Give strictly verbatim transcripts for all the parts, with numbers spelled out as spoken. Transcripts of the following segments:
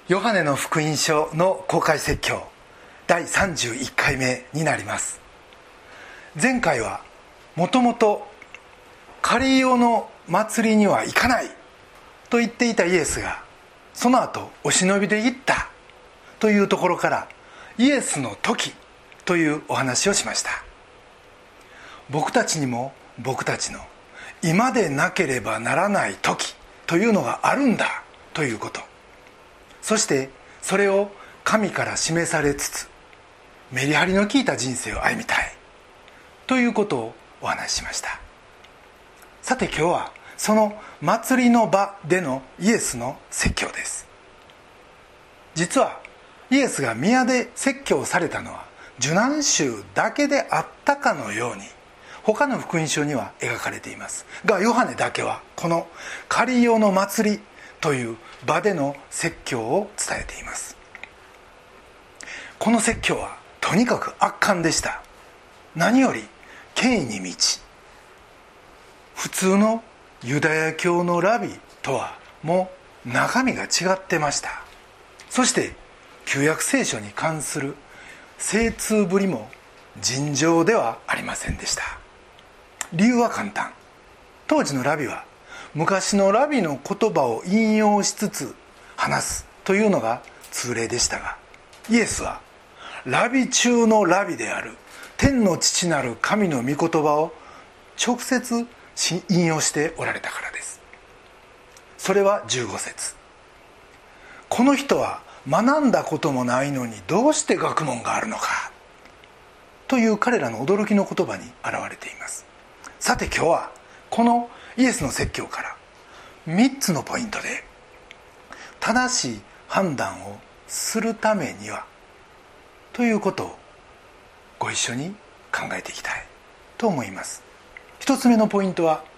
ヨハネの福音書の公開説教だいさんじゅういっかいめになります。前回はもともとカリオの祭りには行かないと言っていたイエスがその後お忍びで行ったというところからイエスの時というお話をしました。僕たちにも僕たちの今でなければならない時というのがあるんだということ、そしてそれを神から示されつつメリハリの効いた人生を歩みたいということをお話ししました。さて今日はその祭りの場でのイエスの説教です。実はイエスが宮で説教されたのは受難週だけであったかのように他の福音書には描かれていますが、ヨハネだけはこのカリオの祭りという場での説教を伝えています。この説教はとにかく圧巻でした。何より権威に満ち、普通のユダヤ教のラビとはもう中身が違ってました。そして旧約聖書に関する精通ぶりも尋常ではありませんでした。理由は簡単。当時のラビは昔のラビの言葉を引用しつつ話すというのが通例でしたが、イエスはラビ中のラビである天の父なる神の御言葉を直接引用しておられたからです。それはじゅうご節。この人は学んだこともないのにどうして学問があるのかという彼らの驚きの言葉に表れています。さて今日はこのイエスの説教からみっつのポイントで正しい判断をするためにはということをご一緒に考えていきたいと思います。一つ目のポイントは、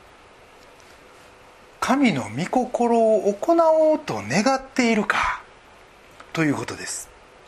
神の御心を行おうと願っているかということです。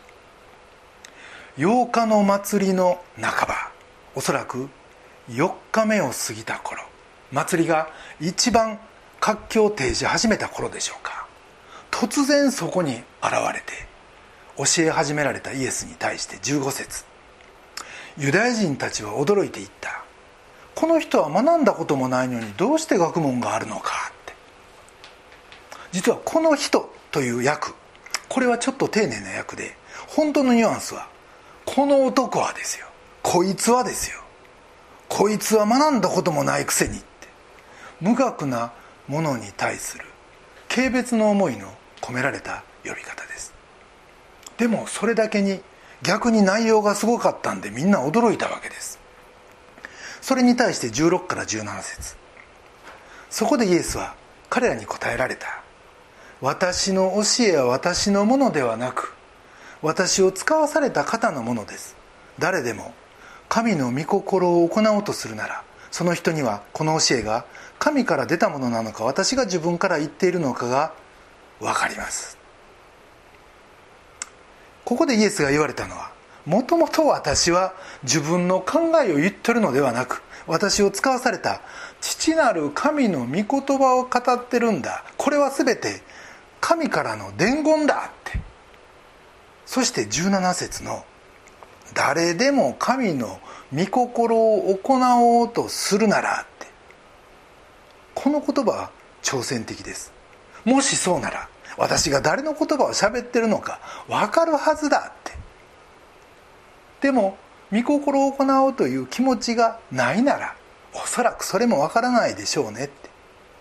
ようかの祭りの半ば、おそらくよっかめを過ぎた頃、祭りが一番活気を呈し始めた頃でしょうか。突然そこに現れて教え始められたイエスに対してじゅうご節、ユダヤ人たちは驚いていった。この人は学んだこともないのにどうして学問があるのかって。実はこの人という訳、これはちょっと丁寧な訳で、本当のニュアンスはこの男はですよ、こいつはですよ、こいつは学んだこともないくせにって、無学なものに対する軽蔑の思いの込められた呼び方です。でもそれだけに逆に内容がすごかったんでみんな驚いたわけです。それに対してじゅうろくからじゅうなな節、そこでイエスは彼らに答えられた。私の教えは私のものではなく、私を使わされた方のものです。誰でも神の御心を行おうとするなら、その人にはこの教えが神から出たものなのか、私が自分から言っているのかが分かります。ここでイエスが言われたのは、もともと私は自分の考えを言ってるのではなく、私を使わされた父なる神の御言葉を語ってるんだ。これは全て神からの伝言だって。そしてじゅうなな節の誰でも神の御心を行おうとするならって、この言葉は挑戦的です。もしそうなら私が誰の言葉を喋ってるのか分かるはずだって。でも御心を行おうという気持ちがないなら、おそらくそれも分からないでしょうねって。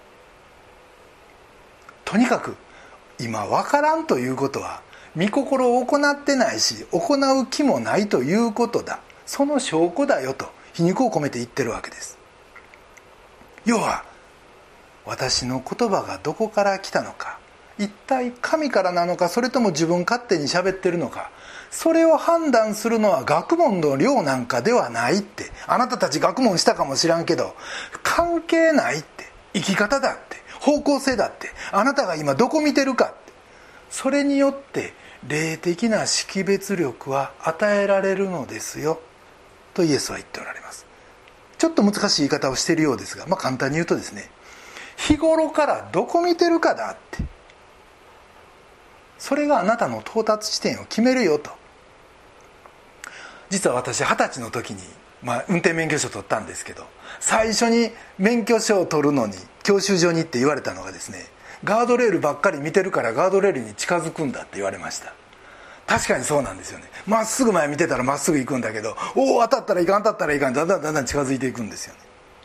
とにかく今分からんということは御心を行ってないし、行う気もないということだ、その証拠だよと皮肉を込めて言ってるわけです。要は私の言葉がどこから来たのか、一体神からなのか、それとも自分勝手に喋ってるのか、それを判断するのは学問の量なんかではないって。あなたたち学問したかもしらんけど関係ないって。生き方だって、方向性だって、あなたが今どこ見てるかって、それによって霊的な識別力は与えられるのですよとイエスは言っておられます。ちょっと難しい言い方をしているようですが、まあ簡単に言うとですね、日頃からどこ見てるかだって。 それがあなたの到達地点を決めるよと。実は私二十歳の時に、まあ、運転免許証取ったんですけど、最初に免許証を取るのに教習所に行って言われたのがですね、ガードレールばっかり見てるからガードレールに近づくんだって言われました。確かにそうなんですよね。まっすぐ前見てたらまっすぐ行くんだけど、おお当たったらいかん当たったらいかん、だんだんだんだん近づいていくんですよね。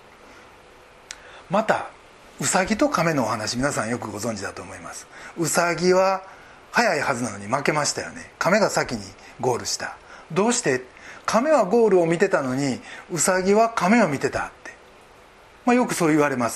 またウサギと亀のお話、皆さんよくご存知だと思います。ウサギは速いはずなのに負けましたよね。亀が先にゴールした。どうして？亀はゴールを見てたのにウサギは亀を見てたって、まあ、よくそう言われます。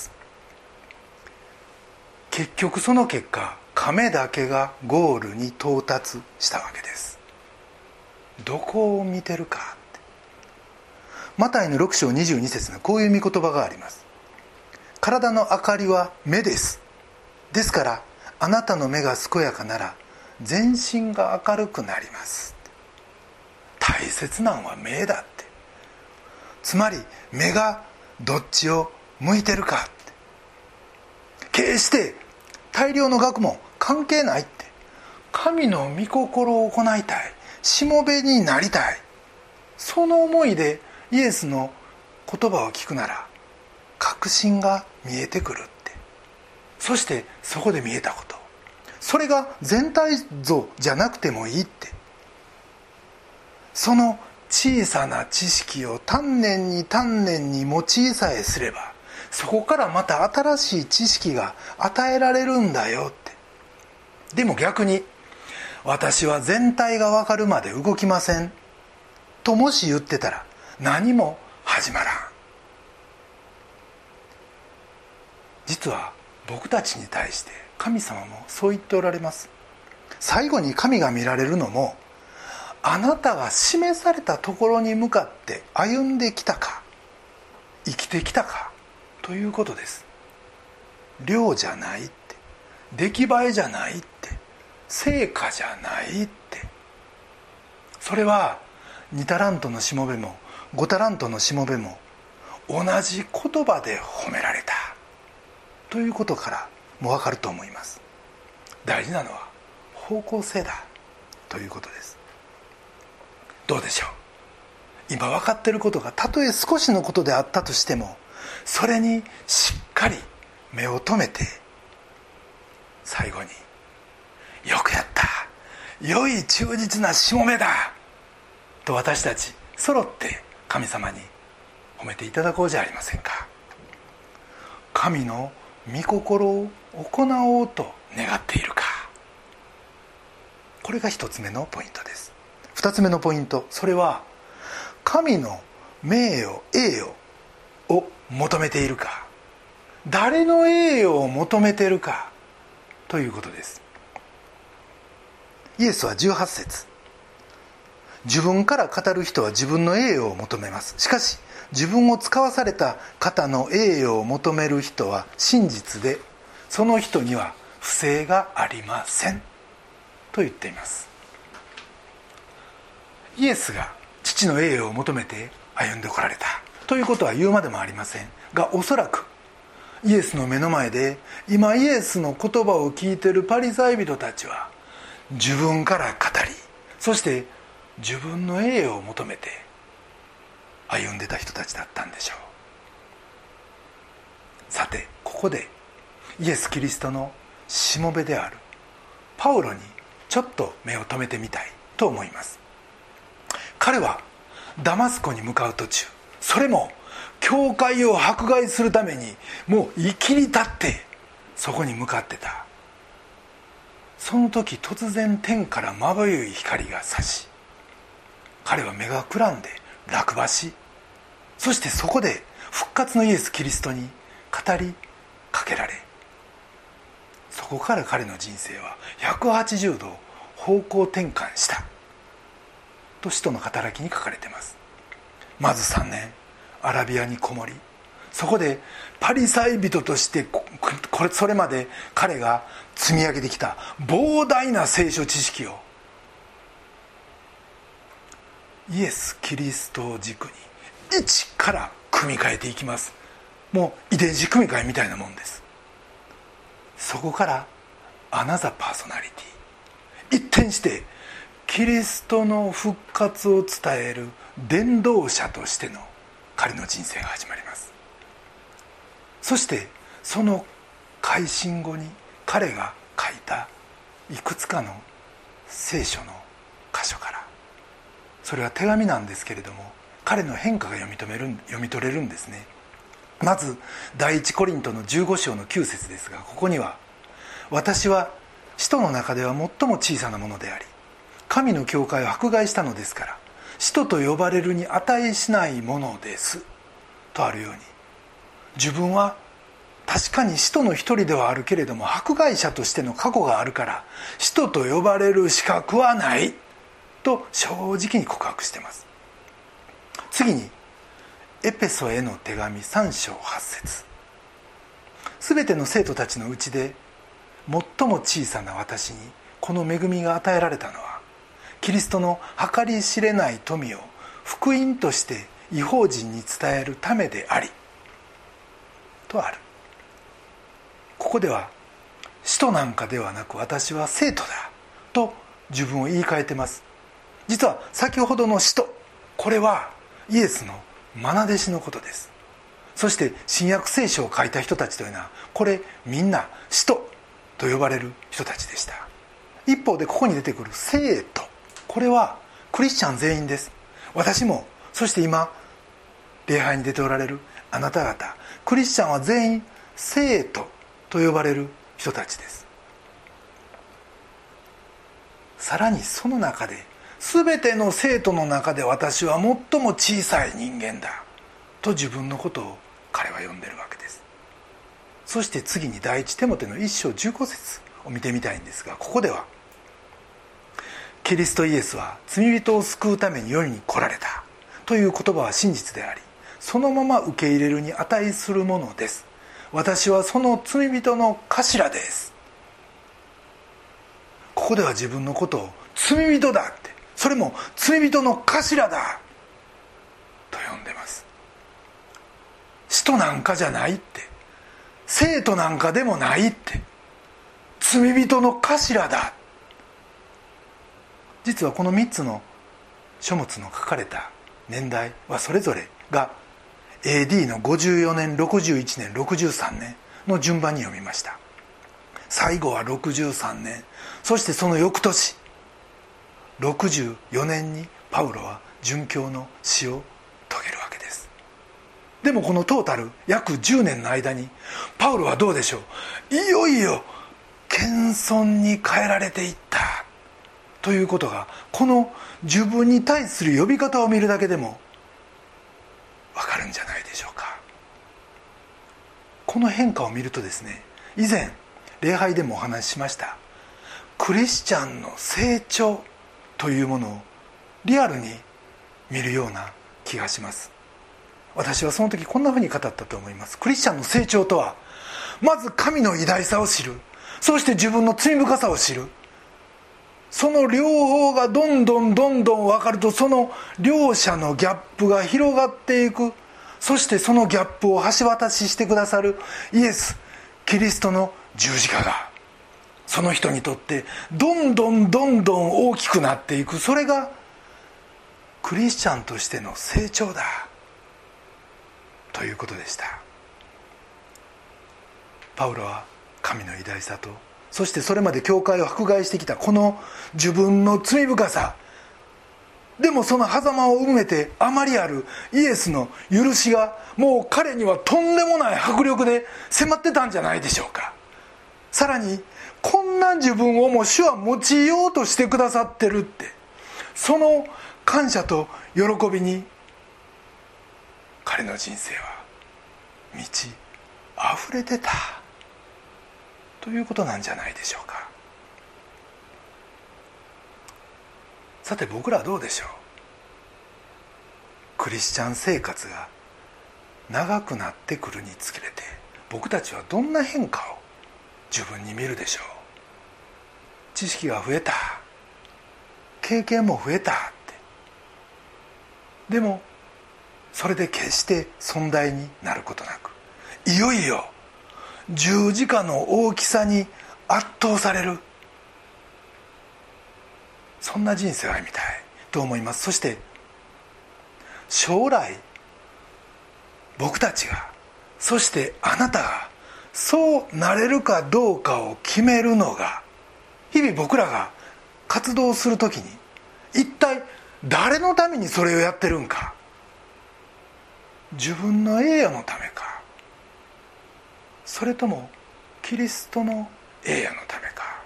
結局その結果、亀だけがゴールに到達したわけです。どこを見てるかって。マタイのろく章にじゅうに節のこういう御言葉があります。体の明かりは目です。ですからあなたの目が健やかなら全身が明るくなります。大切なのは目だって。つまり目がどっちを向いてるかって。決して大量の学問関係ないって。神の御心を行いたい、しもべになりたい、その思いでイエスの言葉を聞くなら確信が見えてくるって。そしてそこで見えたこと、それが全体像じゃなくてもいいって。その小さな知識を丹念に丹念に用いさえすれば、そこからまた新しい知識が与えられるんだよって。でも逆に私は全体が分かるまで動きませんともし言ってたら何も始まらん。実は僕たちに対して神様もそう言っておられます。最後に神が見られるのも、あなたが示されたところに向かって歩んできたか、生きてきたかということです。量じゃないって、出来栄えじゃないって、成果じゃないって。それはにタラントのしもべもごタラントのしもべも同じ言葉で褒められたということからも分かると思います。大事なのは方向性だということです。どうでしょう。今分かっていることがたとえ少しのことであったとしても、それにしっかり目を留めて、最後によくやった、良い忠実なしもべだと私たち揃って神様に褒めていただこうじゃありませんか。神の御心を行おうと願っているか。これが一つ目のポイントです。二つ目のポイント、それは神の名誉栄誉を求めているか、誰の栄誉を求めているかということです。イエスはじゅうはち節、自分から語る人は自分の栄誉を求めます。しかし自分を使わされた方の栄誉を求める人は真実で、その人には不正がありませんと言っています。イエスが父の栄誉を求めて歩んでこられたということは言うまでもありませんが、おそらくイエスの目の前で今イエスの言葉を聞いているパリサイ人たちは自分から語り、そして自分の栄誉を求めて歩んでた人たちだったんでしょう。さてここでイエス・キリストのしもべであるパウロにちょっと目を留めてみたいと思います。彼はダマスコに向かう途中、それも教会を迫害するためにもう生きり立ってそこに向かってた。その時突然天からまばゆい光が差し、彼は目がくらんで落馬し、そしてそこで復活のイエス・キリストに語りかけられ、そこから彼の人生はひゃくはちじゅうど方向転換したと使徒の働きに書かれています。まずさんねんアラビアにこもり、そこでパリサイ人としてこれそれまで彼が積み上げてきた膨大な聖書知識をイエス・キリストを軸に一から組み替えていきます。もう遺伝子組み換えみたいなもんです。そこからアナザーパーソナリテ転してキリストの復活を伝える伝道者としての彼の人生が始まります。そしてその改心後に彼が書いたいくつかの聖書の箇所から、それは手紙なんですけれども、彼の変化が読み止める読み取れるんですね。まず第一コリントのじゅうご章のきゅう節ですが、ここには、私は使徒の中では最も小さなものであり、神の教会を迫害したのですから、使徒と呼ばれるに値しないものですとあるように、自分は確かに使徒の一人ではあるけれども、迫害者としての過去があるから使徒と呼ばれる資格はないと正直に告白しています。次にエペソへの手紙さん章はち節、すべての生徒たちのうちで最も小さな私にこの恵みが与えられたのは、キリストの計り知れない富を福音として異邦人に伝えるためでありとある。ここでは使徒なんかではなく、私は生徒だと自分を言い換えてます。実は先ほどの使徒、これはイエスの愛弟子のことです。そして新約聖書を書いた人たちというのは、これみんな使徒と呼ばれる人たちでした。一方でここに出てくる生徒、これはクリスチャン全員です。私も、そして今礼拝に出ておられるあなた方、クリスチャンは全員生徒と呼ばれる人たちです。さらにその中で、全ての生徒の中で私は最も小さい人間だと自分のことを彼は呼んでるわけです。そして次に第一テモテのいっ章じゅうご節を見てみたいんですが、ここでは、キリストイエスは罪人を救うために世に来られたという言葉は真実であり、そのまま受け入れるに値するものです。私はその罪人の頭です。ここでは自分のことを罪人だって、それも罪人の頭だと呼んでます。使徒なんかじゃないって、生徒なんかでもないって、罪人の頭だ。実はこのみっつの書物の書かれた年代はそれぞれが エーディー のごじゅうよねん、ろくじゅういちねん、ろくじゅうさんねんの順番に読みました。最後はろくじゅうさんねん、そしてその翌年ろくじゅうよねんにパウロは殉教の死を遂げるわけです。でもこのトータル約じゅうねんの間にパウロはどうでしょう、いよいよ謙遜に変えられていったということが、この自分に対する呼び方を見るだけでもわかるんじゃないでしょうか。この変化を見るとですね、以前礼拝でもお話ししましたクリスチャンの成長というものをリアルに見るような気がします。私はその時こんなふうに語ったと思います。クリスチャンの成長とは、まず神の偉大さを知る、そして自分の罪深さを知る、その両方がどんどんどんどん分かると、その両者のギャップが広がっていく。そしてそのギャップを橋渡ししてくださるイエス・キリストの十字架がその人にとってどんどんどんどん大きくなっていく。それがクリスチャンとしての成長だということでした。パウロは神の偉大さと、そしてそれまで教会を迫害してきたこの自分の罪深さ、でもその狭間を埋めてあまりあるイエスの許しが、もう彼にはとんでもない迫力で迫ってたんじゃないでしょうか。さらにこんな自分をも主は用いようとしてくださってるって、その感謝と喜びに彼の人生は満ち溢れてたということなんじゃないでしょうか。さて僕らはどうでしょう。クリスチャン生活が長くなってくるにつれて、僕たちはどんな変化を自分に見るでしょう。知識が増えた、経験も増えたって、でもそれで決して尊大になることなく、いよいよ十字架の大きさに圧倒される。 そんな人生を歩みたいと思います。そして将来僕たちが、そしてあなたがそうなれるかどうかを決めるのが、日々僕らが活動するときに一体誰のためにそれをやってるんか、自分の栄誉のためか、それともキリストの栄誉のためか、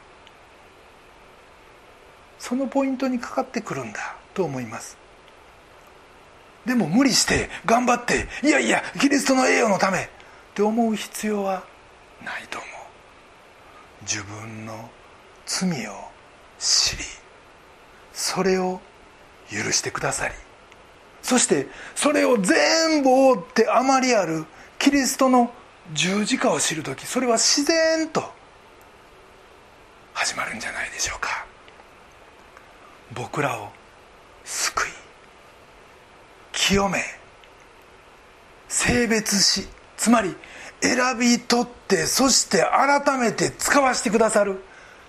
そのポイントにかかってくるんだと思います。でも無理して頑張って、いやいやキリストの栄誉のためって思う必要はないと思う。自分の罪を知り、それを許してくださり、そしてそれを全部追ってあまりあるキリストの十字架を知るとき、それは自然と始まるんじゃないでしょうか。僕らを救い、清め、性別し、つまり選び取って、そして改めて使わせてくださる、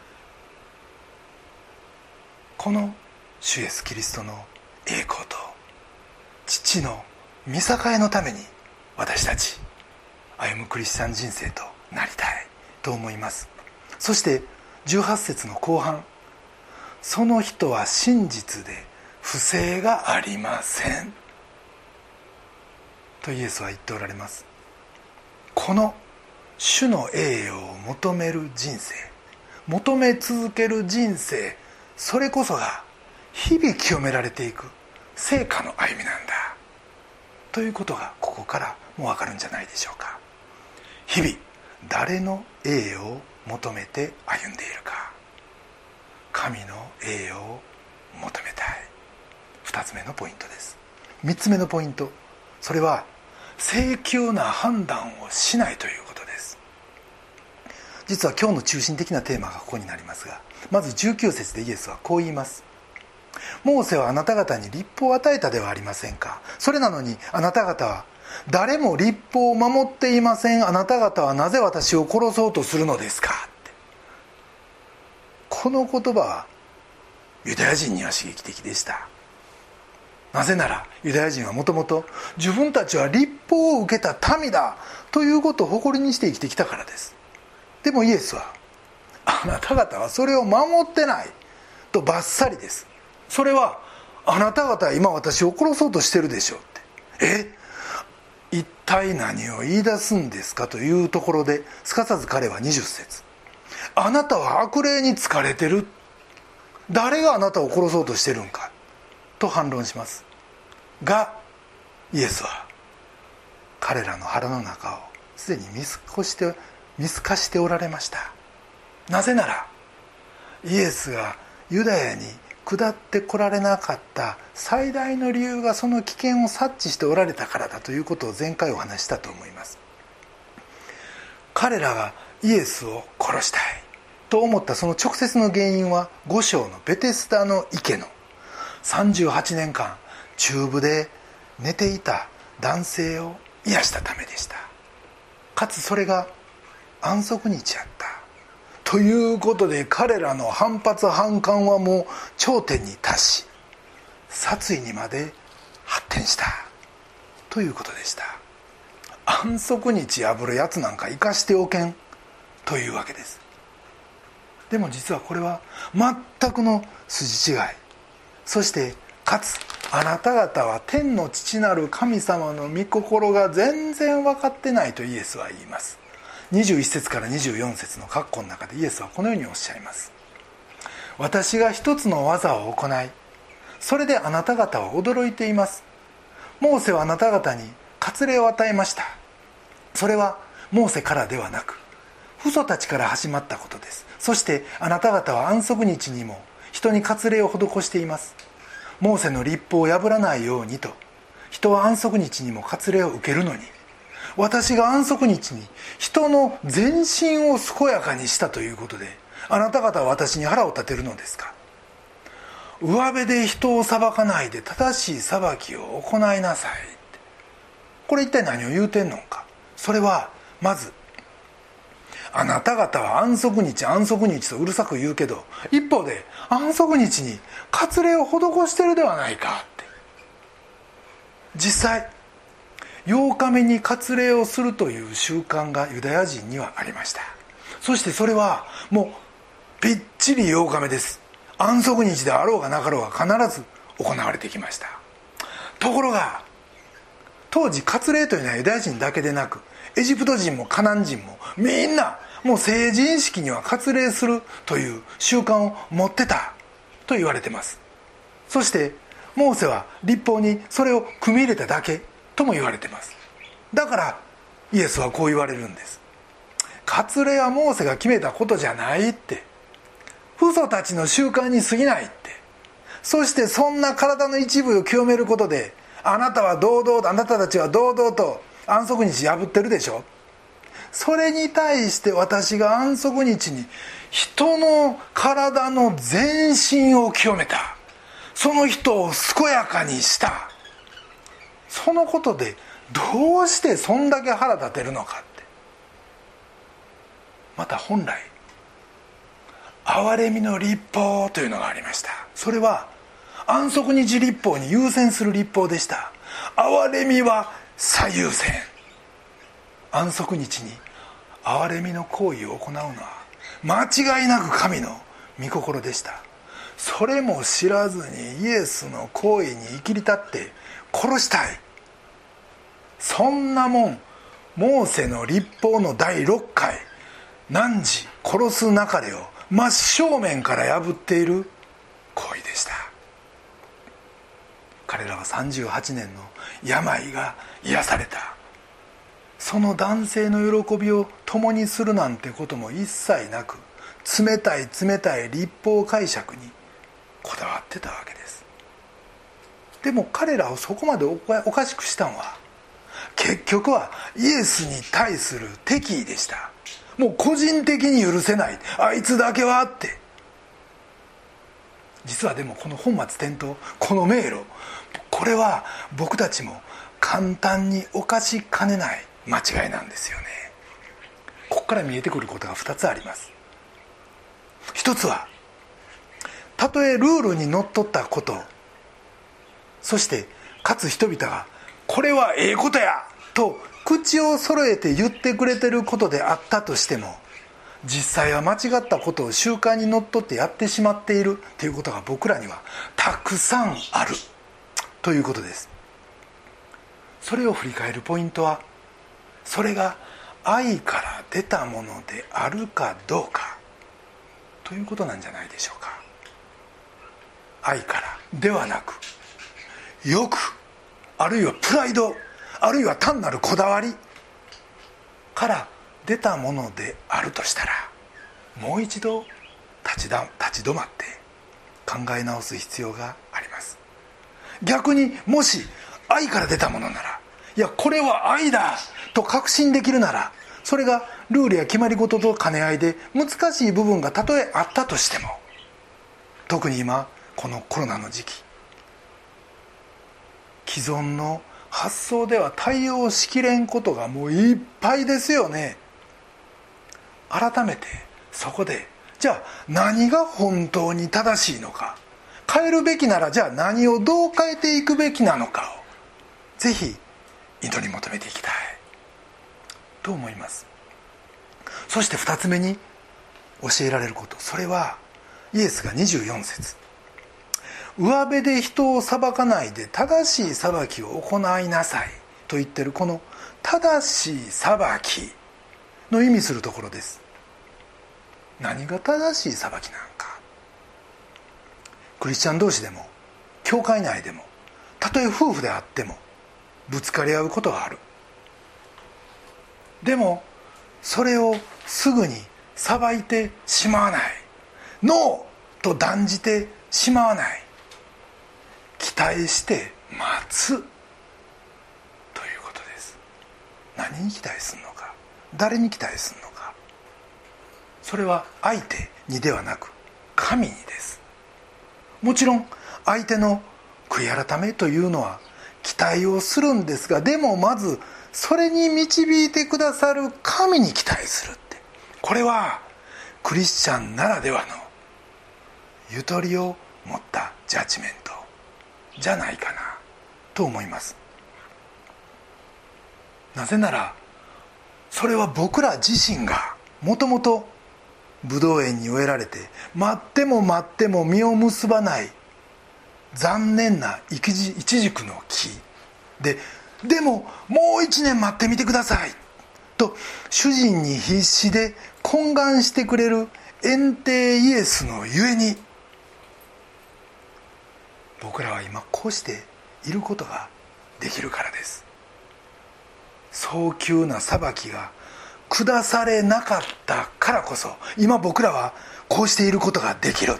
この主イエスキリストの栄光と父の御栄のために、私たち歩むクリスチャン人生となりたいと思います。そしてじゅうはち節の後半、その人は真実で不正がありませんとイエスは言っておられます。この主の栄誉を求める人生、求め続ける人生、それこそが日々清められていく成果の歩みなんだということが、ここからもう分かるんじゃないでしょうか。日々誰の栄誉を求めて歩んでいるか、神の栄誉を求めたい。二つ目のポイントです。三つ目のポイント、それは正急な判断をしないということです。実は今日の中心的なテーマがここになりますが、まずじゅうきゅう節でイエスはこう言います。モーセはあなた方に律法を与えたではありませんか。それなのにあなた方は誰も律法を守っていません。あなた方はなぜ私を殺そうとするのですかって。この言葉はユダヤ人には刺激的でした。なぜならユダヤ人はもともと自分たちは律法を受けた民だということを誇りにして生きてきたからです。でもイエスは、あなた方はそれを守ってないとバッサリです。それはあなた方は今私を殺そうとしてるでしょうって。え一体何を言い出すんですかというところで、すかさず彼はにじゅう節、あなたは悪霊に疲れてる、誰があなたを殺そうとしてるんかと反論しますが、イエスは彼らの腹の中をすでに見透かして見透かしておられました。なぜならイエスがユダヤに下ってこられなかった最大の理由が、その危険を察知しておられたからだということを前回お話したと思います。彼らがイエスを殺したいと思ったその直接の原因は、ご章のベテスダの池のさんじゅうはちねんかん中部で寝ていた男性を癒したためでした。かつそれが安息日やったということで、彼らの反発反感はもう頂点に達し、殺意にまで発展したということでした。安息日破るやつなんか生かしておけんというわけです。でも実はこれは全くの筋違い、そしてかつあなた方は天の父なる神様の御心が全然分かってないとイエスは言います。にじゅういち節からにじゅうよん節の括弧の中でイエスはこのようにおっしゃいます。私が一つの技を行い、それであなた方は驚いています。モーセはあなた方に割礼を与えました。それはモーセからではなく父祖たちから始まったことです。そしてあなた方は安息日にも人に割礼を施しています。モーセの律法を破らないようにと、人は安息日にも割礼を受けるのに、私が安息日に人の全身を健やかにしたということで、あなた方は私に腹を立てるのですか。上辺で人を裁かないで正しい裁きを行いなさいって。これ一体何を言うてんのか。それはまずあなた方は安息日安息日とうるさく言うけど、一方で安息日に割礼を施してるではないかって。実際ようかめに割礼をするという習慣がユダヤ人にはありました。そしてそれはもうぴっちりようかめです。安息日であろうがなかろうが必ず行われてきました。ところが当時割礼というのはユダヤ人だけでなく、エジプト人もカナン人もみんなもう成人式には割礼するという習慣を持ってたと言われています。そしてモーセは律法にそれを組み入れただけとも言われています。だからイエスはこう言われるんです。割礼はモーセが決めたことじゃないって、父祖たちの習慣に過ぎないって。そしてそんな体の一部を清めることであなたは堂々とあなたたちは堂々と安息日破ってるでしょ。それに対して私が安息日に人の体の全身を清めた、その人を健やかにした、そのことでどうしてそんだけ腹立てるのかって。また本来憐れみの律法というのがありました。それは安息日律法に優先する律法でした。憐れみは最優先。安息日に憐れみの行為を行うのは間違いなく神の御心でした。それも知らずにイエスの行為に生きり立って殺したい、そんなもんモーセの律法のだいろっかい汝殺すなかれを真正面から破っている行為でした。彼らはさんじゅうはちねんの病が癒された。その男性の喜びを共にするなんてことも一切なく、冷たい冷たい律法解釈にこだわってたわけです。でも彼らをそこまでおかしくしたのは結局はイエスに対する敵意でした。もう個人的に許せない、あいつだけはって。実はでもこの本末転倒、この迷路、これは僕たちも簡単に犯しかねない間違いなんですよね。ここから見えてくることがふたつあります。一つはたとえルールにのっとったこと、そしてかつ人々がこれはええことやと口を揃えて言ってくれてることであったとしても、実際は間違ったことを習慣にのっとってやってしまっているということが僕らにはたくさんあるということです。それを振り返るポイントは、それが愛から出たものであるかどうかということなんじゃないでしょうか。愛からではなく、欲、あるいはプライド、あるいは単なるこだわりから出たものであるとしたら、もう一度立ちだ、立ち止まって考え直す必要があります。逆にもし愛から出たものなら、いやこれは愛だと確信できるなら、それがルールや決まり事と兼ね合いで難しい部分がたとえあったとしても、特に今このコロナの時期、既存の発想では対応しきれんことがもういっぱいですよね。改めてそこで、じゃあ何が本当に正しいのか、変えるべきならじゃあ何をどう変えていくべきなのかをぜひ祈り求めていきたいと思います。そして二つ目に教えられること、それはイエスがにじゅうよん節、上辺で人を裁かないで正しい裁きを行いなさいと言ってる、この正しい裁きの意味するところです。何が正しい裁きなのか。クリスチャン同士でも教会内でも、たとえ夫婦であってもぶつかり合うことがある。でもそれをすぐに裁いてしまわない、ノーと断じてしまわない、期待して待つということです。何に期待するのか、誰に期待するのか、それは相手にではなく神にです。もちろん相手の悔い改めというのは期待をするんですが、でもまずそれに導いてくださる神に期待するって、 これはクリスチャンならではのゆとりを持ったジャッジメントじゃないかなと思います。なぜならそれは僕ら自身がもともとブドウ園に植えられて待っても待っても実を結ばない残念なイチジクの木で、でももう一年待ってみてくださいと主人に必死で懇願してくれる園庭イエスのゆえに、僕らは今こうしていることができるからです。早急な裁きが下されなかったからこそ今僕らはこうしていることができる。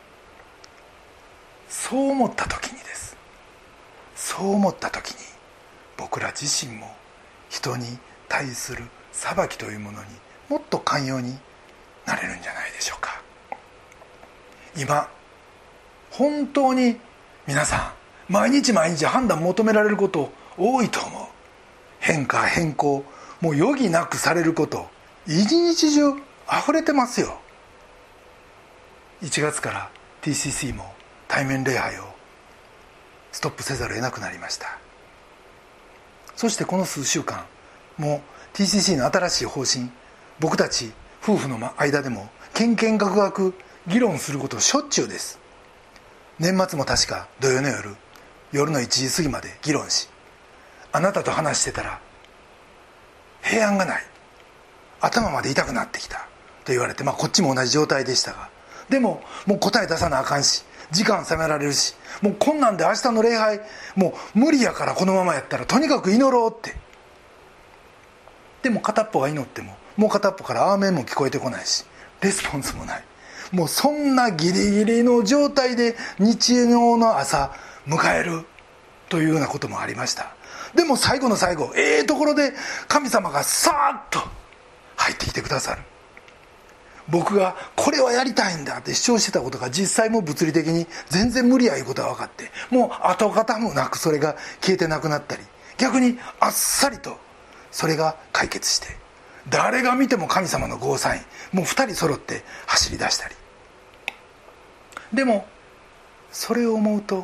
そう思った時にです。そう思った時に僕ら自身も人に対する裁きというものにもっと寛容になれるんじゃないでしょうか。今本当に皆さん毎日毎日判断求められること多いと思う。変化変更もう余儀なくされること一日中溢れてますよ。いちがつから ティーシーシー も対面礼拝をストップせざるを得なくなりました。そしてこの数週間もう ティーシーシー の新しい方針、僕たち夫婦の間でもけんけんがくがく議論することしょっちゅうです。年末も確か土曜の夜夜のいちじ過ぎまで議論し、あなたと話してたら平安がない、頭まで痛くなってきたと言われて、まあこっちも同じ状態でしたが、でももう答え出さなあかんし時間責められるし、もうこんなんで明日の礼拝もう無理やから、このままやったらとにかく祈ろうって。でも片っぽが祈ってももう片っぽからアーメンも聞こえてこないしレスポンスもない。もうそんなギリギリの状態で日曜の朝迎えるというようなこともありました。でも最後の最後、ええところで神様がさーっと入ってきてくださる。僕がこれはやりたいんだって主張してたことが実際も物理的に全然無理やいうことが分かって、もう跡形もなくそれが消えてなくなったり、逆にあっさりとそれが解決して、誰が見ても神様のゴーサイン、もうふたり揃って走り出したり。でもそれを思うと、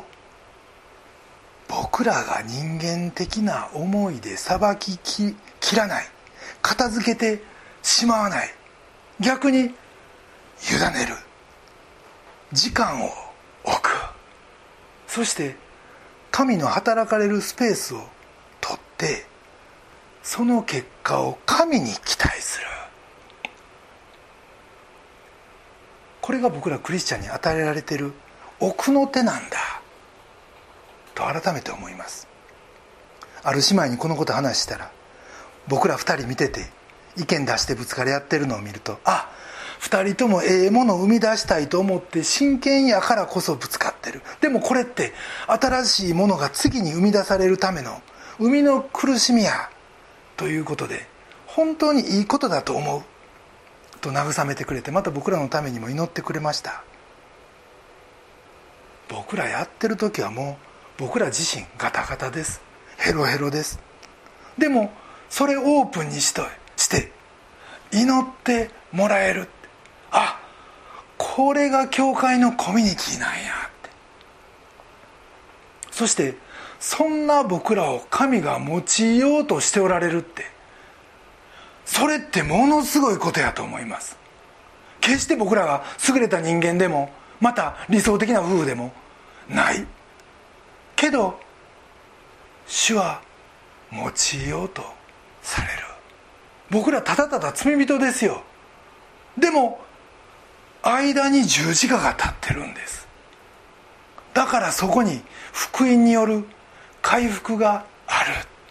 僕らが人間的な思いで裁きき切らない、片付けてしまわない、逆に委ねる、時間を置く、そして神の働かれるスペースを取ってその結果を神に期待する。これが僕らクリスチャンに与えられている奥の手なんだと改めて思います。ある姉妹にこのこと話したら、僕ら二人見てて意見出してぶつかり合ってるのを見ると、あ、二人ともええものを生み出したいと思って真剣やからこそぶつかってる。でもこれって新しいものが次に生み出されるための生みの苦しみやということで、本当にいいことだと思うと慰めてくれて、また僕らのためにも祈ってくれました。僕らやってる時はもう僕ら自身ガタガタです、ヘロヘロです。でもそれをオープンにしてして祈ってもらえる。あ、これが教会のコミュニティなんやって。そしてそんな僕らを神が用いようとしておられるって、それってものすごいことやと思います。決して僕らが優れた人間でも、また理想的な夫婦でもないけど、主は用いようとされる。僕らただただ罪人ですよ。でも間に十字架が立ってるんです。だからそこに福音による回復がある。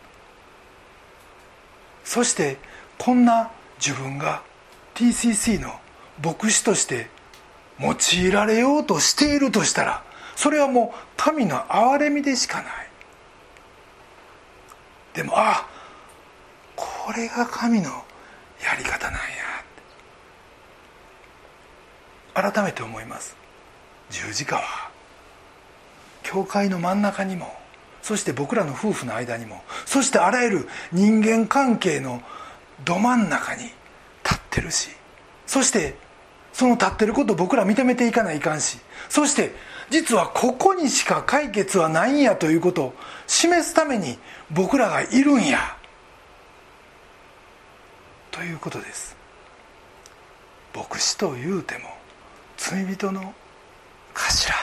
そしてこんな自分が ティーシーシー の牧師として用いられようとしているとしたら、それはもう神の憐れみでしかない。でも、あ、これが神のやり方なんやって改めて思います。十字架は教会の真ん中にも、そして僕らの夫婦の間にも、そしてあらゆる人間関係のど真ん中に立ってるし、 そしてその立ってることを僕ら認めていかないかんし、そして実はここにしか解決はないんやということを示すために僕らがいるんやということです。牧師というても罪人の頭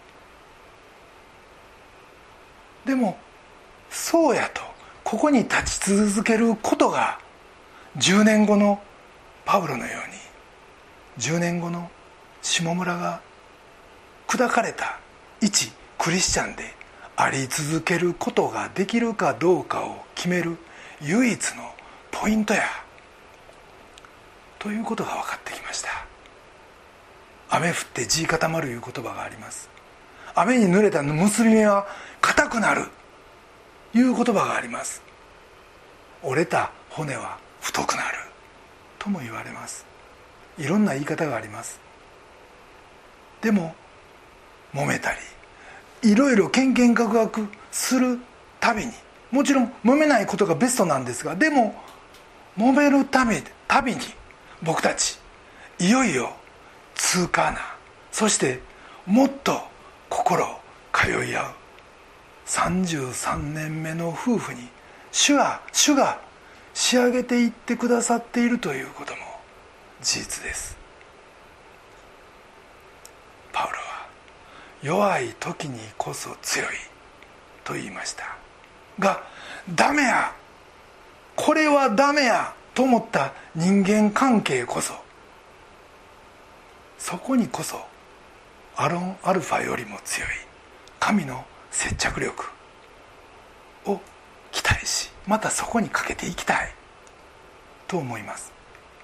でも、そうやとここに立ち続けることがじゅうねんごのパウロのようにじゅうねんごの下村が砕かれた一クリスチャンであり続けることができるかどうかを決める唯一のポイントやということが分かってきました。雨降って地固まるいう言葉があります。雨に濡れた結び目は硬くなるいう言葉があります。折れた骨は太くなるとも言われます。いろんな言い方があります。でも揉めたりいろいろけんけんがくがくするたびに、もちろん揉めないことがベストなんですが、でも揉めるたびたびに僕たちいよいよ痛快な、そしてもっと心通い合うさんじゅうさんねんめの夫婦に主は主が仕上げていってくださっているということも事実です。パウロは弱い時にこそ強いと言いましたが、ダメやこれはダメやと思った人間関係こそ、そこにこそアロンアルファよりも強い神の接着力を期待し、またそこにかけていきたいと思います。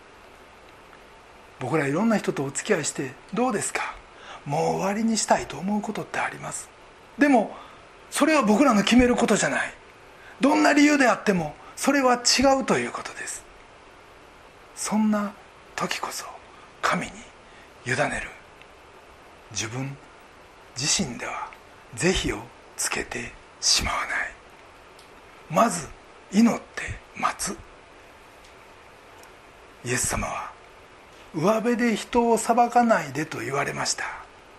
僕らいろんな人とお付き合いしてどうですか、もう終わりにしたいと思うことってあります。でもそれは僕らの決めることじゃない。どんな理由であってもそれは違うということです。そんな時こそ神に委ねる。自分自身では是非をつけてしまわない。まず祈って待つ。イエス様は上辺で人を裁かないでと言われました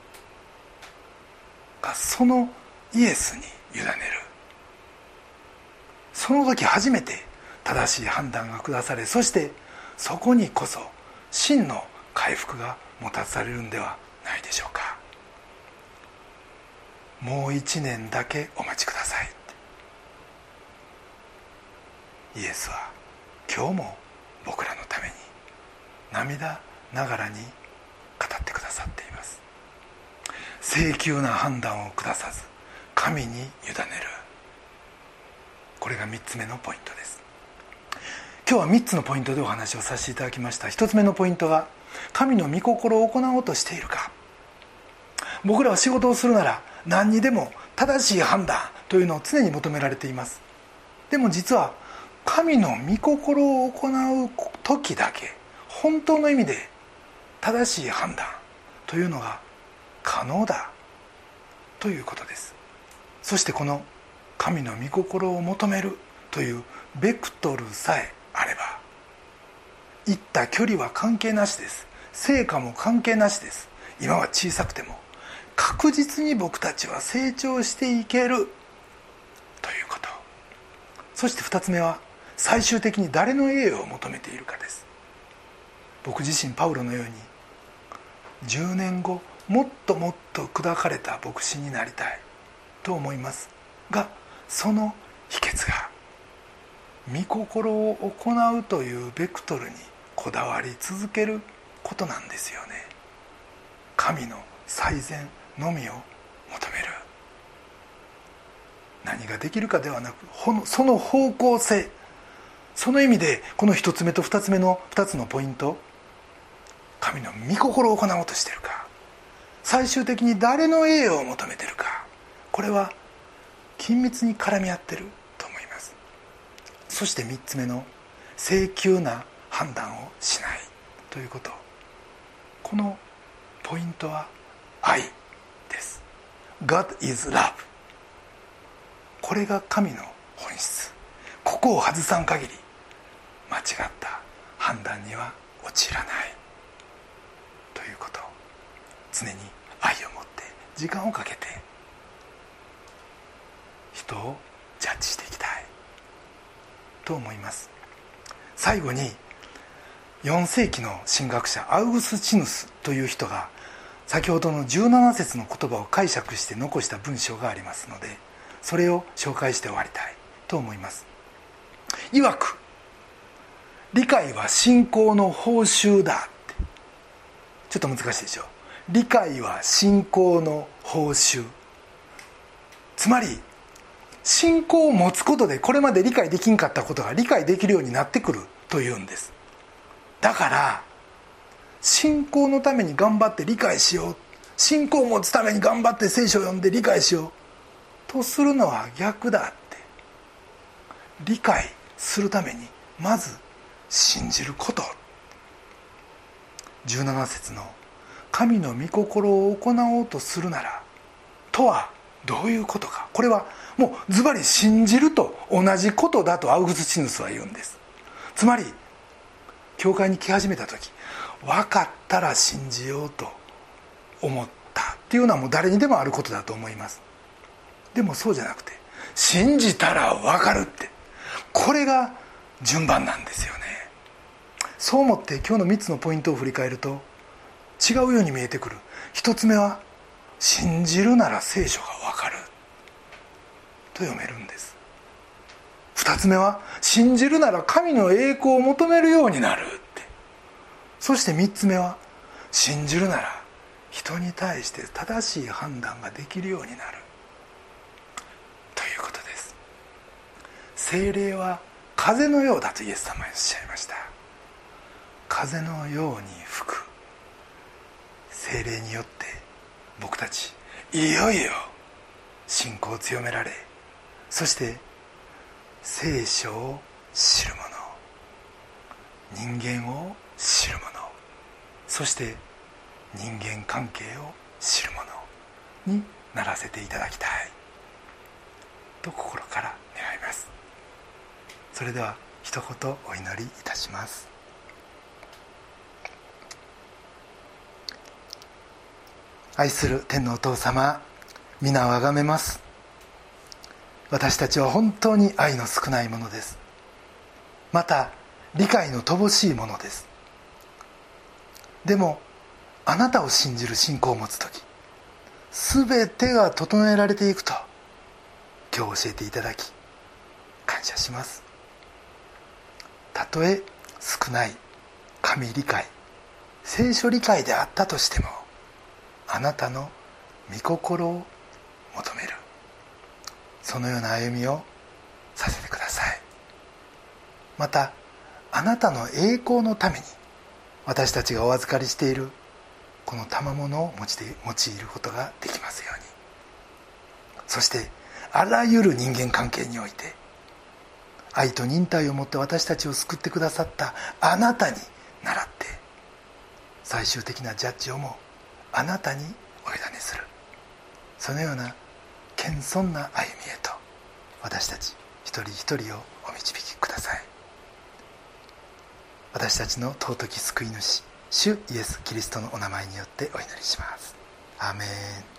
が、そのイエスに委ねる。その時初めて正しい判断が下され、そしてそこにこそ真の回復がもたされるんではないでしょうか。もう一年だけお待ちください。イエスは今日も僕らのために涙ながらに語ってくださっています。請求な判断を下さず神に委ねる。これがみっつめのポイントです。今日はみっつのポイントでお話をさせていただきました。ひとつめのポイントが、神の御心を行おうとしているか。僕らは仕事をするなら何にでも正しい判断というのを常に求められています。でも実は神の御心を行う時だけ本当の意味で正しい判断というのが可能だということです。そしてこの神の御心を求めるというベクトルさえあれば、行った距離は関係なしです。成果も関係なしです。今は小さくても確実に僕たちは成長していけるということ。そしてふたつめは、最終的に誰の栄誉を求めているかです。僕自身パウロのようにじゅうねんごもっともっと砕かれた牧師になりたいと思いますが、その秘訣が御心を行うというベクトルにこだわり続けることなんですよね。神の最善のみを求める。何ができるかではなく、その方向性、その意味でこの一つ目と二つ目の二つのポイント、神の御心を行おうとしているか、最終的に誰の栄誉を求めているか、これは緊密に絡み合っていると思います。そして三つ目の請求な判断をしないということ、このポイントは愛です。 God is love。 これが神の本質。ここを外さん限り間違った判断には陥らない。 いうことを常に愛を持って時間をかけて人をジャッジしていきたいと思います。最後によん世紀の神学者アウグスチヌスという人が先ほどのじゅうなな節の言葉を解釈して残した文章がありますので、それを紹介して終わりたいと思います。いわく、理解は信仰の報酬だって。ちょっと難しいでしょ。理解は信仰の報酬。つまり信仰を持つことでこれまで理解できんかったことが理解できるようになってくるというんです。だから信仰のために頑張って理解しよう、信仰を持つために頑張って聖書を読んで理解しようとするのは逆だって。理解するためにまず信じること。じゅうなな節の神の御心を行おうとするならとはどういうことか。これはもうズバリ信じると同じことだとアウグスチヌスは言うんです。つまり教会に来始めた時、分かったら信じようと思ったっていうのはもう誰にでもあることだと思います。でもそうじゃなくて、信じたら分かるって、これが順番なんですよね。そう思って今日のみっつのポイントを振り返ると違うように見えてくる。ひとつめは信じるなら聖書が分かると読めるんです。ふたつめは信じるなら神の栄光を求めるようになるって。そしてみっつめは信じるなら人に対して正しい判断ができるようになるということです。聖霊は風のようだとイエス様はおっしゃいました。風のように吹く聖霊によって僕たちいよいよ信仰を強められ、そして聖書を知る者、人間を知る者、そして人間関係を知る者にならせていただきたいと心から願います。それでは一言お祈りいたします。愛する天のお父様、皆をあがめます。私たちは本当に愛の少ないものです。また理解の乏しいものです。でもあなたを信じる信仰を持つとき、全てが整えられていくと今日教えていただき感謝します。たとえ少ない神理解、聖書理解であったとしても、あなたの御心を求める、そのような歩みをさせてください。またあなたの栄光のために私たちがお預かりしているこの賜物を用いることができますように。そしてあらゆる人間関係において愛と忍耐を持って私たちを救ってくださったあなたに倣って、最終的なジャッジをもあなたにお委ねする、そのような謙遜な歩みへと私たち一人一人をお導きください。私たちの尊き救い主、主イエス・キリストのお名前によってお祈りします。アーメン。